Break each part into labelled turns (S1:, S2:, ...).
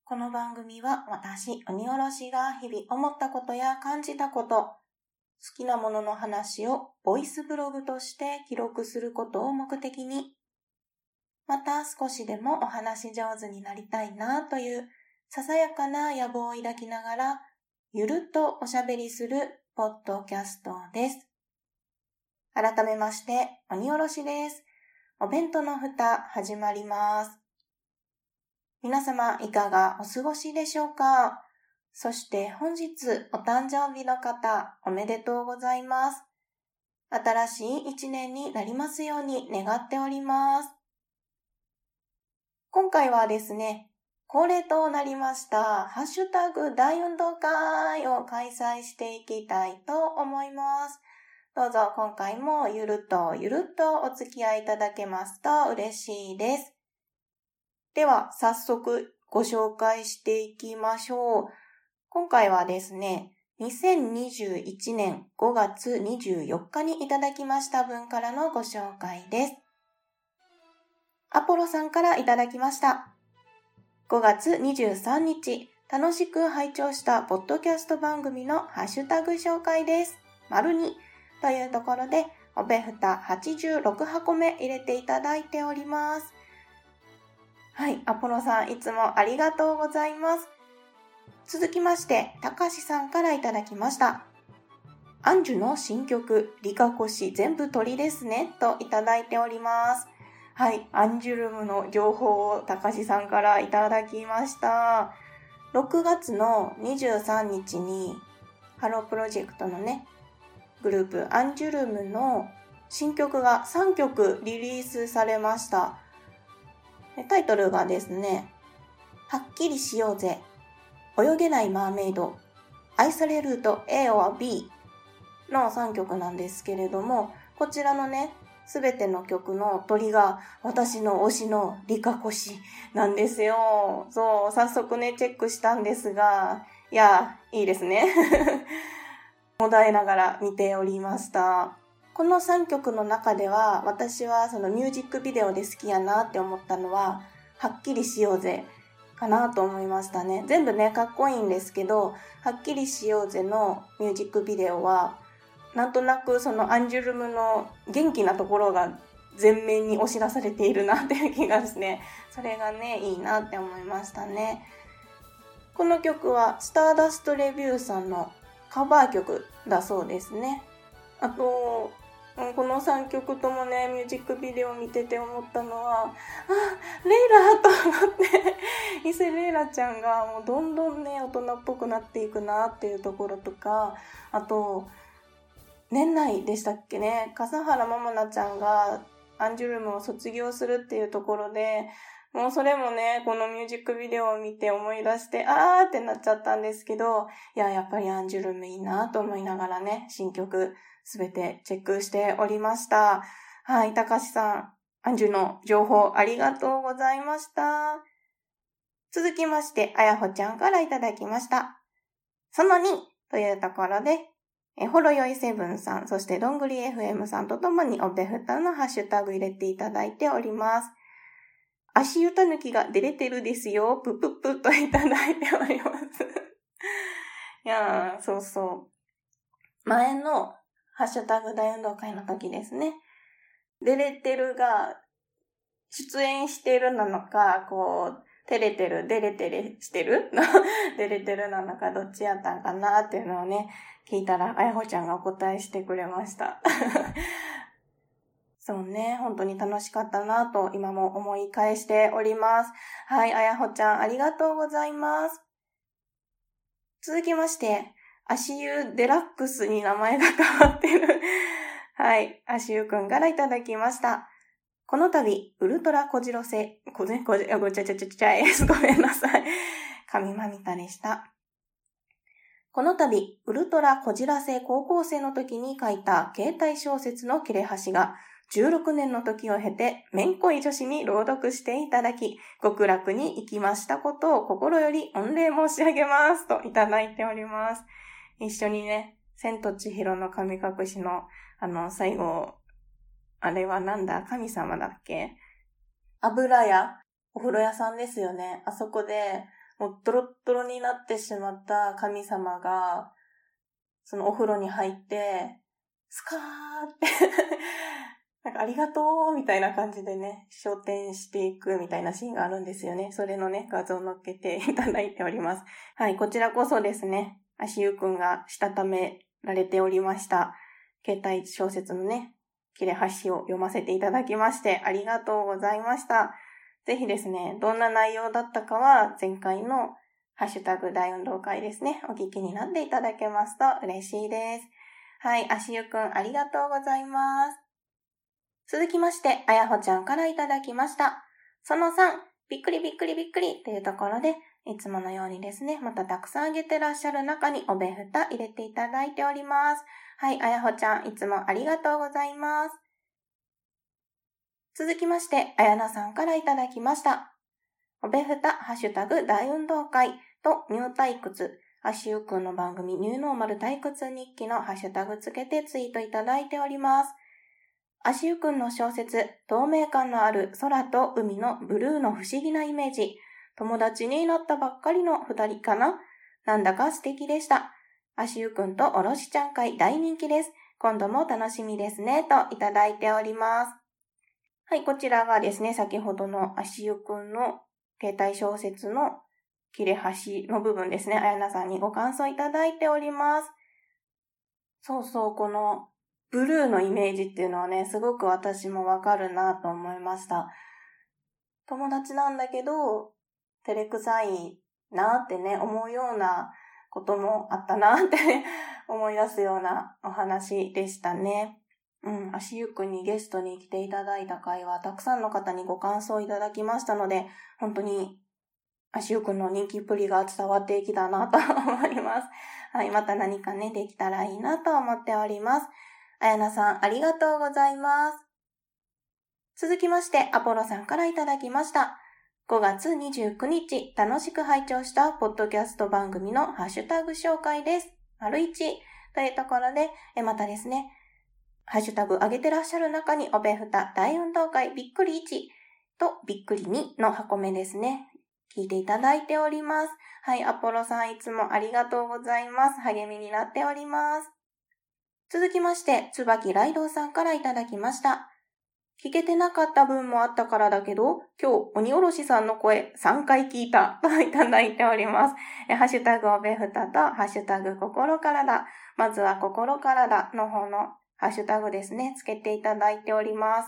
S1: この番組は私、鬼おろしが日々思ったことや感じたこと、好きなものの話をボイスブログとして記録することを目的に、また少しでもお話上手になりたいなというささやかな野望を抱きながら、ゆるっとおしゃべりするポッドキャストです。改めまして、鬼おろしです。お弁当の蓋始まります。皆様いかがお過ごしでしょうか？そして本日お誕生日の方おめでとうございます。新しい一年になりますように願っております。今回はですね、恒例となりましたハッシュタグ大運動会を開催していきたいと思います。どうぞ今回もゆるっとお付き合いいただけますと嬉しいです。では早速ご紹介していきましょう。今回はですね、2021年5月24日にいただきました分からのご紹介です。アポロさんからいただきました。5月23日、楽しく拝聴したポッドキャスト番組のハッシュタグ紹介です。2というところで、おべふた86箱目入れていただいております。はい、アポロさんいつもありがとうございます。続きまして、たかしさんからいただきました。アンジュの新曲、リカコシ全部鳥ですね、といただいております。はい、アンジュルムの情報をたかしさんからいただきました。6月の23日に、ハロープロジェクトのね、グループアンジュルムの新曲が3曲リリースされました。タイトルがですね、はっきりしようぜ、泳げないマーメイド、愛されると A or B の3曲なんですけれども、こちらのね、すべての曲の鳥が私の推しのリカコシなんですよ。そう、早速ね、チェックしたんですが、いや、いいですね。もだえながら見ておりました。この3曲の中では、私はそのミュージックビデオで好きやなって思ったのは、はっきりしようぜかなと思いましたね。全部ね、かっこいいんですけど、はっきりしようぜのミュージックビデオは、なんとなくそのアンジュルムの元気なところが前面に押し出されているなっていう気がですね、それがね、いいなって思いましたね。この曲はスターダストレビューさんのカバー曲だそうですね。あと、この3曲ともね、ミュージックビデオを見てて思ったのは、レイラと思って、伊勢レイラちゃんがもうどんどんね、大人っぽくなっていくなっていうところとか、あと、年内でしたっけね、笠原まもなちゃんがアンジュルムを卒業するっていうところで、もうそれもね、このミュージックビデオを見て思い出して、あーってなっちゃったんですけど、やっぱりアンジュルムいいなと思いながらね、新曲すべてチェックしておりました。はい、高橋さん、アンジュの情報ありがとうございました。続きまして、あやほちゃんからいただきました。その2というところで、ほろよい7さん、そしてどんぐり FM さんとともにおべふたのハッシュタグ入れていただいております。足湯たぬきが出れてるですよ、ぷぷぷといただいております。いやー、そうそう。前のハッシュタグ大運動会の時ですね。出れてるが、出演してるなのか、こう、照れてる、出れてるしてる出れてるなのか、どっちやったんかなっていうのをね、聞いたら、あやほちゃんがお答えしてくれました。そうね、本当に楽しかったなと今も思い返しております。はい、あやほちゃんありがとうございます。続きまして、足湯デラックスに名前が変わってる。はい、足湯くんからいただきました。この度、ウルトラこじろせ、ごめんなさい。神まみたでした。この度、ウルトラこじらせ高校生の時に書いた携帯小説の切れ端が、16年の時を経て、めんこい女子に朗読していただき、極楽に行きましたことを心より御礼申し上げます。といただいております。一緒にね、千と千尋の神隠しの、最後、あれはなんだ、神様だっけ？油屋、お風呂屋さんですよね。あそこで、 もうドロッドロになってしまった神様が、そのお風呂に入って、スカーってなんかありがとうみたいな感じでね、昇天していくみたいなシーンがあるんですよね。それのね、画像を載っけていただいております。はい、こちらこそですね、足湯くんがしたためられておりました。携帯小説のね、切れ端を読ませていただきましてありがとうございました。ぜひですね、どんな内容だったかは前回のハッシュタグ大運動会ですね、お聞きになっていただけますと嬉しいです。はい、足湯くんありがとうございます。続きまして、あやほちゃんからいただきました。その3、びっくりびっくりびっくりというところで、いつものようにですね、またたくさんあげてらっしゃる中におべふた入れていただいております。はい、あやほちゃんいつもありがとうございます。続きまして、あやなさんからいただきました。おべふたハッシュタグ大運動会とニュー退屈、足湯くんの番組ニューノーマル退屈日記のハッシュタグつけてツイートいただいております。足湯くんの小説、透明感のある空と海のブルーの不思議なイメージ、友達になったばっかりの二人かな？なんだか素敵でした。足湯くんとおろしちゃん会大人気です。今度も楽しみですね、といただいております。はい、こちらがですね、先ほどの足湯くんの携帯小説の切れ端の部分ですね、あやなさんにご感想いただいております。そうそう、このブルーのイメージっていうのはね、すごく私もわかるなと思いました。友達なんだけど、照れくさいなってね、思うようなこともあったなって思い出すようなお話でしたね。足湯くんにゲストに来ていただいた回はたくさんの方にご感想いただきましたので、本当に足湯くんの人気っぷりが伝わってきたなと思います。はい、また何かね、できたらいいなと思っております。あやなさん、ありがとうございます。続きまして、アポロさんからいただきました。5月29日、楽しく拝聴したポッドキャスト番組のハッシュタグ紹介です。1というところで、またですね、ハッシュタグ上げてらっしゃる中に、おべふた大運動会びっくり1とびっくり2の箱目ですね。聞いていただいております。はい、アポロさんいつもありがとうございます。励みになっております。続きまして、椿ライドウさんからいただきました。聞けてなかった分もあったからだけど、今日、鬼おろしさんの声3回聞いたといただいております。ハッシュタグおべふたと、ハッシュタグ心からだ。まずは心からだの方のハッシュタグですね、つけていただいております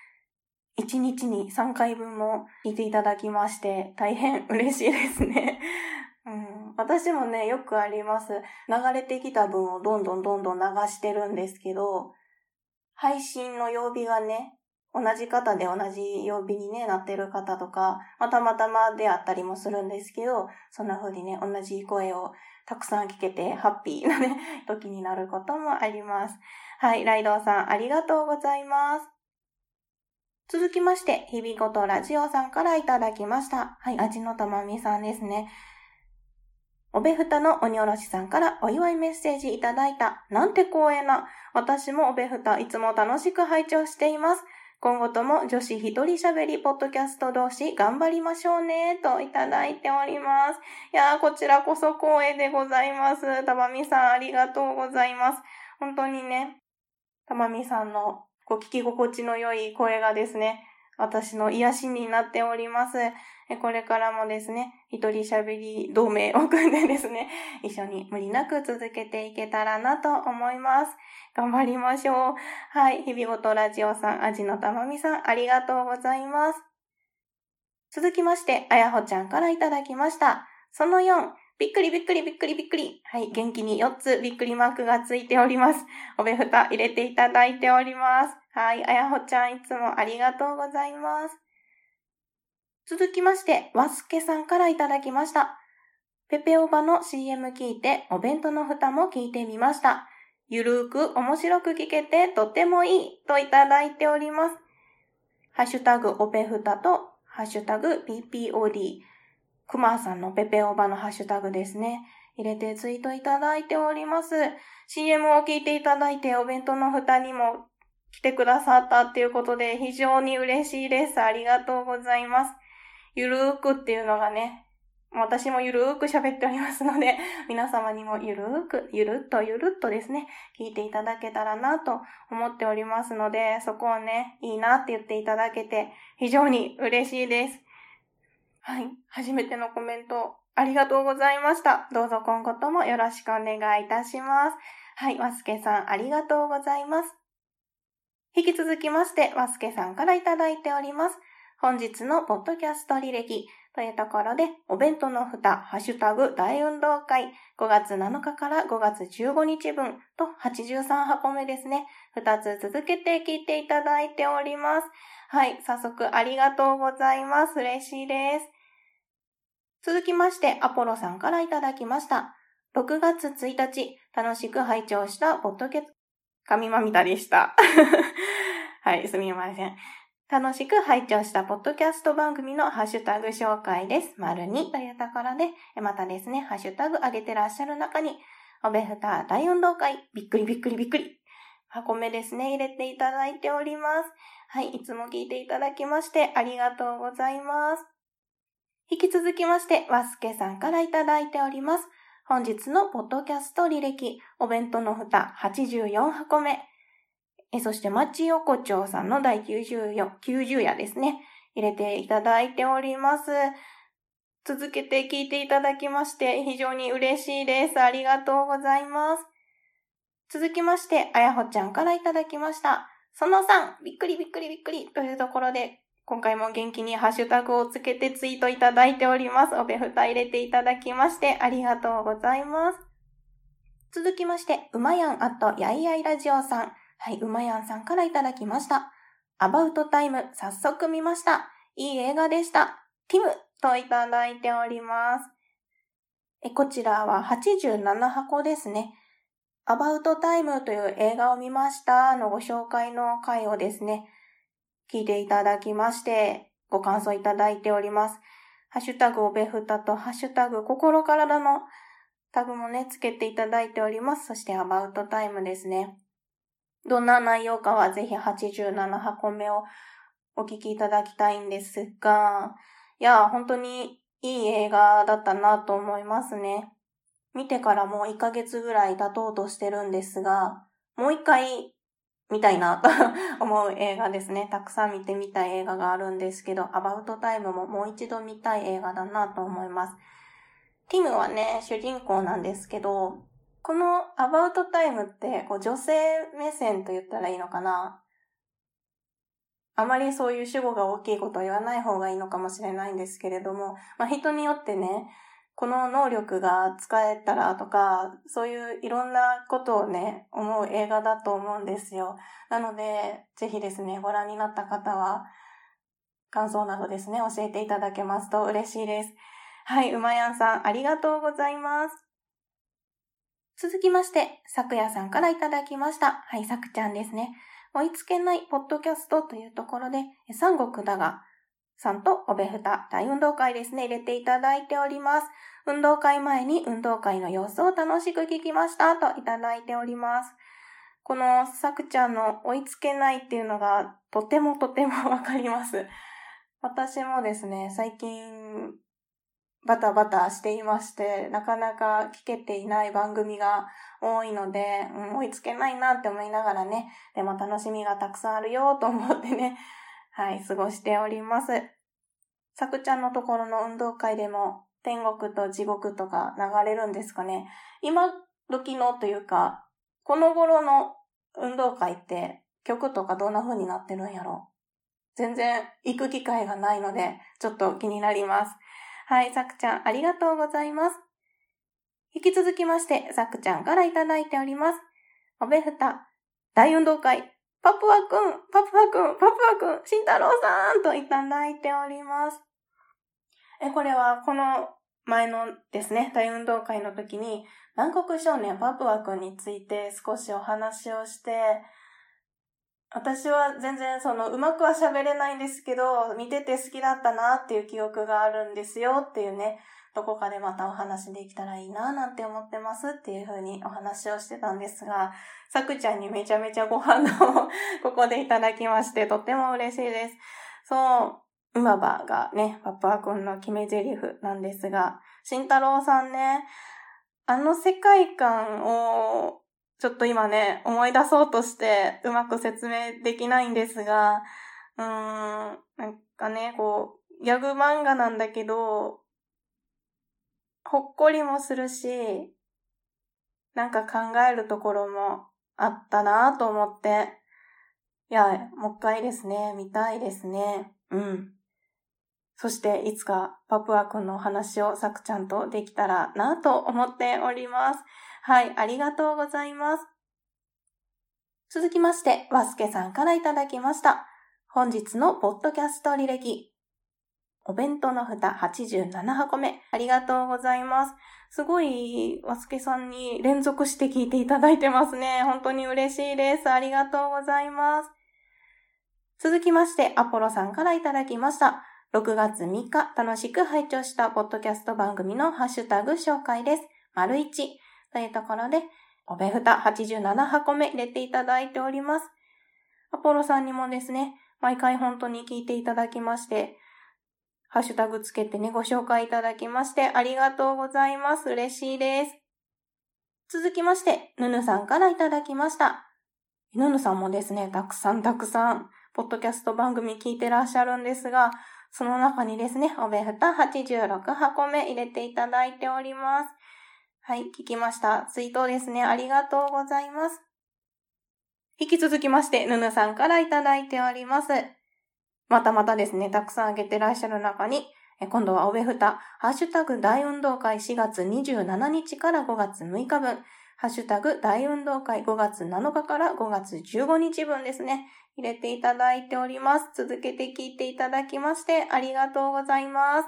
S1: 。1日に3回分も聞いていただきまして、大変嬉しいですね。私もね、よくあります。流れてきた分をどんどん流してるんですけど、配信の曜日がね、同じ方で同じ曜日にね、なってる方とか、たまたまであったりもするんですけど、そんな風にね、同じ声をたくさん聞けて、ハッピーなね、時になることもあります。はい、ライドウさん、ありがとうございます。続きまして、日々ごとラジオさんからいただきました。はい、味のたまみさんですね。おべふたの鬼おろしさんからお祝いメッセージいただいた。なんて光栄な。私もおべふたいつも楽しく拝聴しています。今後とも女子一人喋りポッドキャスト同士頑張りましょうね、といただいております。いやー、こちらこそ光栄でございます。たまみさんありがとうございます。本当にね、たまみさんの聞き心地の良い声がですね、私の癒しになっております。これからもですね、一人喋り同盟を組んでですね、一緒に無理なく続けていけたらなと思います。頑張りましょう。はい、日々ごとラジオさん、味のたまみさん、ありがとうございます。続きまして、あやほちゃんからいただきました。その4、びっくりびっくりびっくりびっくり。はい、元気に4つびっくりマークがついております。おべふた入れていただいております。はい、あやほちゃんいつもありがとうございます。続きまして、わすけさんからいただきました。ペペオバの CM 聞いて、お弁当の蓋も聞いてみました。ゆるーく面白く聞けてとってもいいといただいております。ハッシュタグおべふたと、ハッシュタグ PPOD、くまさんのペペオバのハッシュタグですね。入れてツイートいただいております。CM を聞いていただいてお弁当の蓋にも来てくださったっていうことで非常に嬉しいです。ありがとうございます。ゆるーくっていうのがね、 私もゆるーく喋っておりますので、皆様にもゆるっとですね、聞いていただけたらなと思っておりますので、そこをね、いいなって言っていただけて、非常に嬉しいです。はい。初めてのコメント、ありがとうございました。どうぞ今後ともよろしくお願いいたします。はい。わすけさん、ありがとうございます。引き続きまして、わすけさんからいただいております。本日のポッドキャスト履歴というところで、お弁当の蓋、ハッシュタグ大運動会、5月7日から5月15日分と83箱目ですね。2つ続けて聞いていただいております。はい、早速ありがとうございます。嬉しいです。続きまして、アポロさんからいただきました。6月1日、楽しく拝聴したポッドキャスト、神まみたでした。はい、すみません。楽しく拝聴したポッドキャスト番組のハッシュタグ紹介です。②というところで、またですね、ハッシュタグ上げてらっしゃる中に、おべふた大運動会、びっくり。箱目ですね、入れていただいております。はい、いつも聞いていただきましてありがとうございます。引き続きまして、わすけさんからいただいております。本日のポッドキャスト履歴、お弁当の蓋84箱目。そして、まちよこちょうさんの第90夜ですね。入れていただいております。続けて聞いていただきまして、非常に嬉しいです。ありがとうございます。続きまして、あやほちゃんからいただきました。その3、びっくりというところで、今回も元気にハッシュタグをつけてツイートいただいております。おべふた入れていただきましてありがとうございます。続きまして、うまやんやいやいラジオさん。はい、うまやんさんからいただきました。アバウトタイム、早速見ました。いい映画でした。ティムといただいております。こちらは87箱ですね。アバウトタイムという映画を見ましたのご紹介の回をですね、聞いていただきまして、ご感想いただいております。ハッシュタグおべふたとハッシュタグ心体のタグもね、つけていただいております。そしてアバウトタイムですね。どんな内容かはぜひ87箱目をお聞きいただきたいんですが、いや、本当にいい映画だったなと思いますね。見てからもう1ヶ月ぐらい経とうとしてるんですが、もう一回見たいなと思う映画ですね。たくさん見てみたい映画があるんですけど、アバウトタイムももう一度見たい映画だなと思います。ティムはね、主人公なんですけど、このアバウトタイムって女性目線と言ったらいいのかな？あまりそういう主語が大きいことを言わない方がいいのかもしれないんですけれども、人によってね、この能力が使えたらとか、そういういろんなことをね、思う映画だと思うんですよ。なので、ぜひですね、ご覧になった方は、感想などですね、教えていただけますと嬉しいです。はい、うまやんさん、ありがとうございます。続きまして、さくやさんからいただきました。はい、さくちゃんですね。追いつけないポッドキャストというところで、三国だが、さんとおべふた大運動会ですね、入れていただいております。運動会前に運動会の様子を楽しく聞きましたといただいております。このさくちゃんの追いつけないっていうのがとてもわかります。私もですね、最近バタバタしていまして、なかなか聞けていない番組が多いので、追いつけないなって思いながらね、でも楽しみがたくさんあるよと思ってね、はい、過ごしております。さくちゃんのところの運動会でも天国と地獄とか流れるんですかね。今時のというか、この頃の運動会って曲とかどんな風になってるんやろ。全然行く機会がないので、ちょっと気になります。はい、さくちゃんありがとうございます。引き続きまして、さくちゃんからいただいております。おべふた、大運動会、パプワくん、慎太郎さんといただいております。これはこの前のですね、大運動会の時に、南国少年パプワくんについて少しお話をして、私は全然うまくは喋れないんですけど、見てて好きだったなっていう記憶があるんですよっていうね、どこかでまたお話できたらいいななんて思ってますっていう風にお話をしてたんですが、さくちゃんにめちゃめちゃご反応をここでいただきまして、とっても嬉しいです。そう。 馬場がね、パプアくんの決め台詞なんですが、慎太郎さんね、あの世界観をちょっと今ね、思い出そうとしてうまく説明できないんですが、なんかね、こう、ギャグ漫画なんだけど、ほっこりもするし、なんか考えるところもあったなと思って、いや、もう一回ですね、見たいですね。そしていつかパプアくんのお話をさくちゃんとできたらなと思っております。はい、ありがとうございます。続きまして、わすけさんからいただきました。本日のポッドキャスト履歴。お弁当の蓋87箱目。ありがとうございます。すごい、わすけさんに連続して聞いていただいてますね。本当に嬉しいです。ありがとうございます。続きまして、アポロさんからいただきました。6月3日、楽しく拝聴したポッドキャスト番組のハッシュタグ紹介です。1というところで、おべふた87箱目入れていただいております。アポロさんにもですね、毎回本当に聞いていただきまして、ハッシュタグつけてね、ご紹介いただきましてありがとうございます。嬉しいです。続きまして、ぬぬさんからいただきました。ぬぬさんもですね、たくさん、ポッドキャスト番組聞いてらっしゃるんですが、その中にですね、おべふた86箱目入れていただいております。はい、聞きました。ツイートですね、ありがとうございます。引き続きまして、ぬぬさんからいただいております。またですね、たくさんあげてらっしゃる中に、今度はおべふた、ハッシュタグ大運動会4月27日から5月6日分、ハッシュタグ大運動会5月7日から5月15日分ですね、入れていただいております。続けて聞いていただきましてありがとうございます。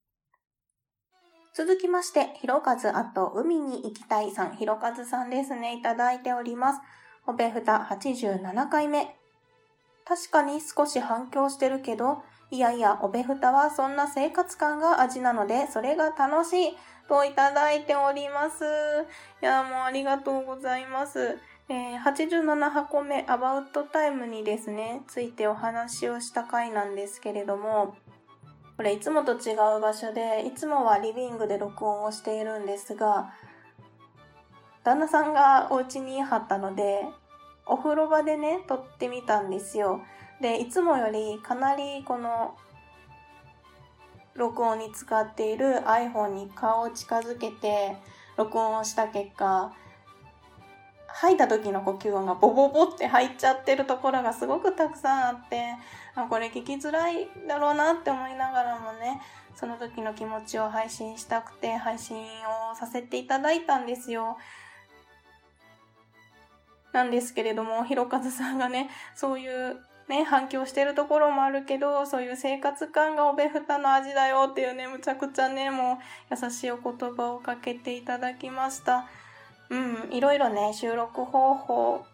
S1: 続きまして、ひろかず海に行きたいさん、ひろかずさんですね、いただいております。おべふた87回目。確かに少し反響してるけど、いやいや、おべふたはそんな生活感が味なので、それが楽しいといただいております。いや、もうありがとうございます。87箱目、アバウトタイムにですね、ついてお話をした回なんですけれども、これいつもと違う場所で、いつもはリビングで録音をしているんですが、旦那さんがお家にいはったので、お風呂場でね、撮ってみたんですよ。で、いつもよりかなりこの録音に使っている iPhone に顔を近づけて録音をした結果、吐いた時の呼吸音がボボボって入っちゃってるところがすごくたくさんあって、これ聞きづらいだろうなって思いながらもね、その時の気持ちを配信したくて配信をさせていただいたんですよ。なんですけれども、ひろかずさんがね、そういうね、反響してるところもあるけど、そういう生活感がおべふたの味だよっていうね、むちゃくちゃね、もう優しいお言葉をかけていただきました。いろいろね、収録方法、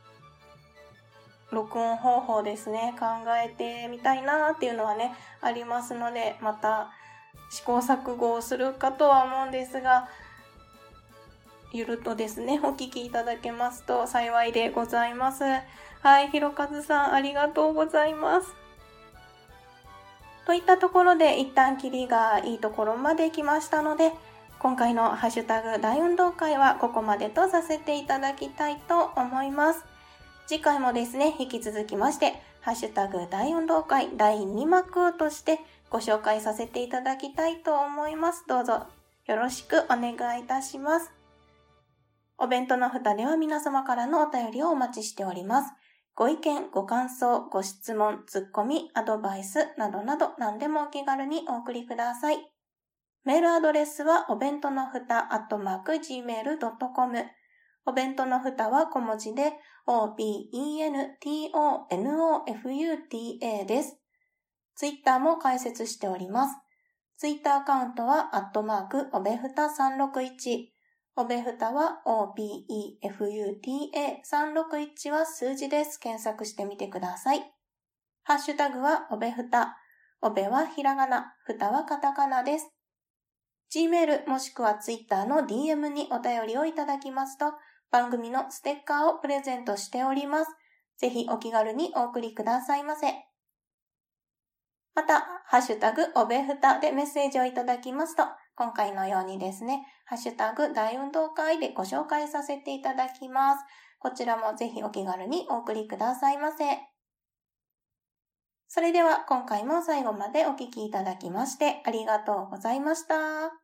S1: 録音方法ですね、考えてみたいなっていうのはね、ありますので、また試行錯誤をするかとは思うんですが、ゆるとですね、お聞きいただけますと幸いでございます。はい、ひろかずさんありがとうございます。といったところで一旦キリがいいところまで来ましたので、今回のハッシュタグ大運動会はここまでとさせていただきたいと思います。次回もですね、引き続きまして、ハッシュタグ大運動会第2幕としてご紹介させていただきたいと思います。どうぞよろしくお願いいたします。お弁当の蓋では皆様からのお便りをお待ちしております。ご意見、ご感想、ご質問、ツッコミ、アドバイスなどなど何でもお気軽にお送りください。メールアドレスはお弁当のふた@gmail.com。お弁当のふたは小文字で OBENTONOFUTA です。ツイッターも開設しております。ツイッターアカウントはおべふた361。おべふたは OBEFUTA361 は数字です。検索してみてください。ハッシュタグはおべふた。おべはひらがな、ふたはカタカナです。Gmail もしくは Twitter の DM にお便りをいただきますと、番組のステッカーをプレゼントしております。ぜひお気軽にお送りくださいませ。 また、ハッシュタグおべふたでメッセージをいただきますと、今回のようにですね、ハッシュタグ大運動会でご紹介させていただきます。こちらもぜひお気軽にお送りくださいませ。それでは今回も最後までお聞きいただきましてありがとうございました。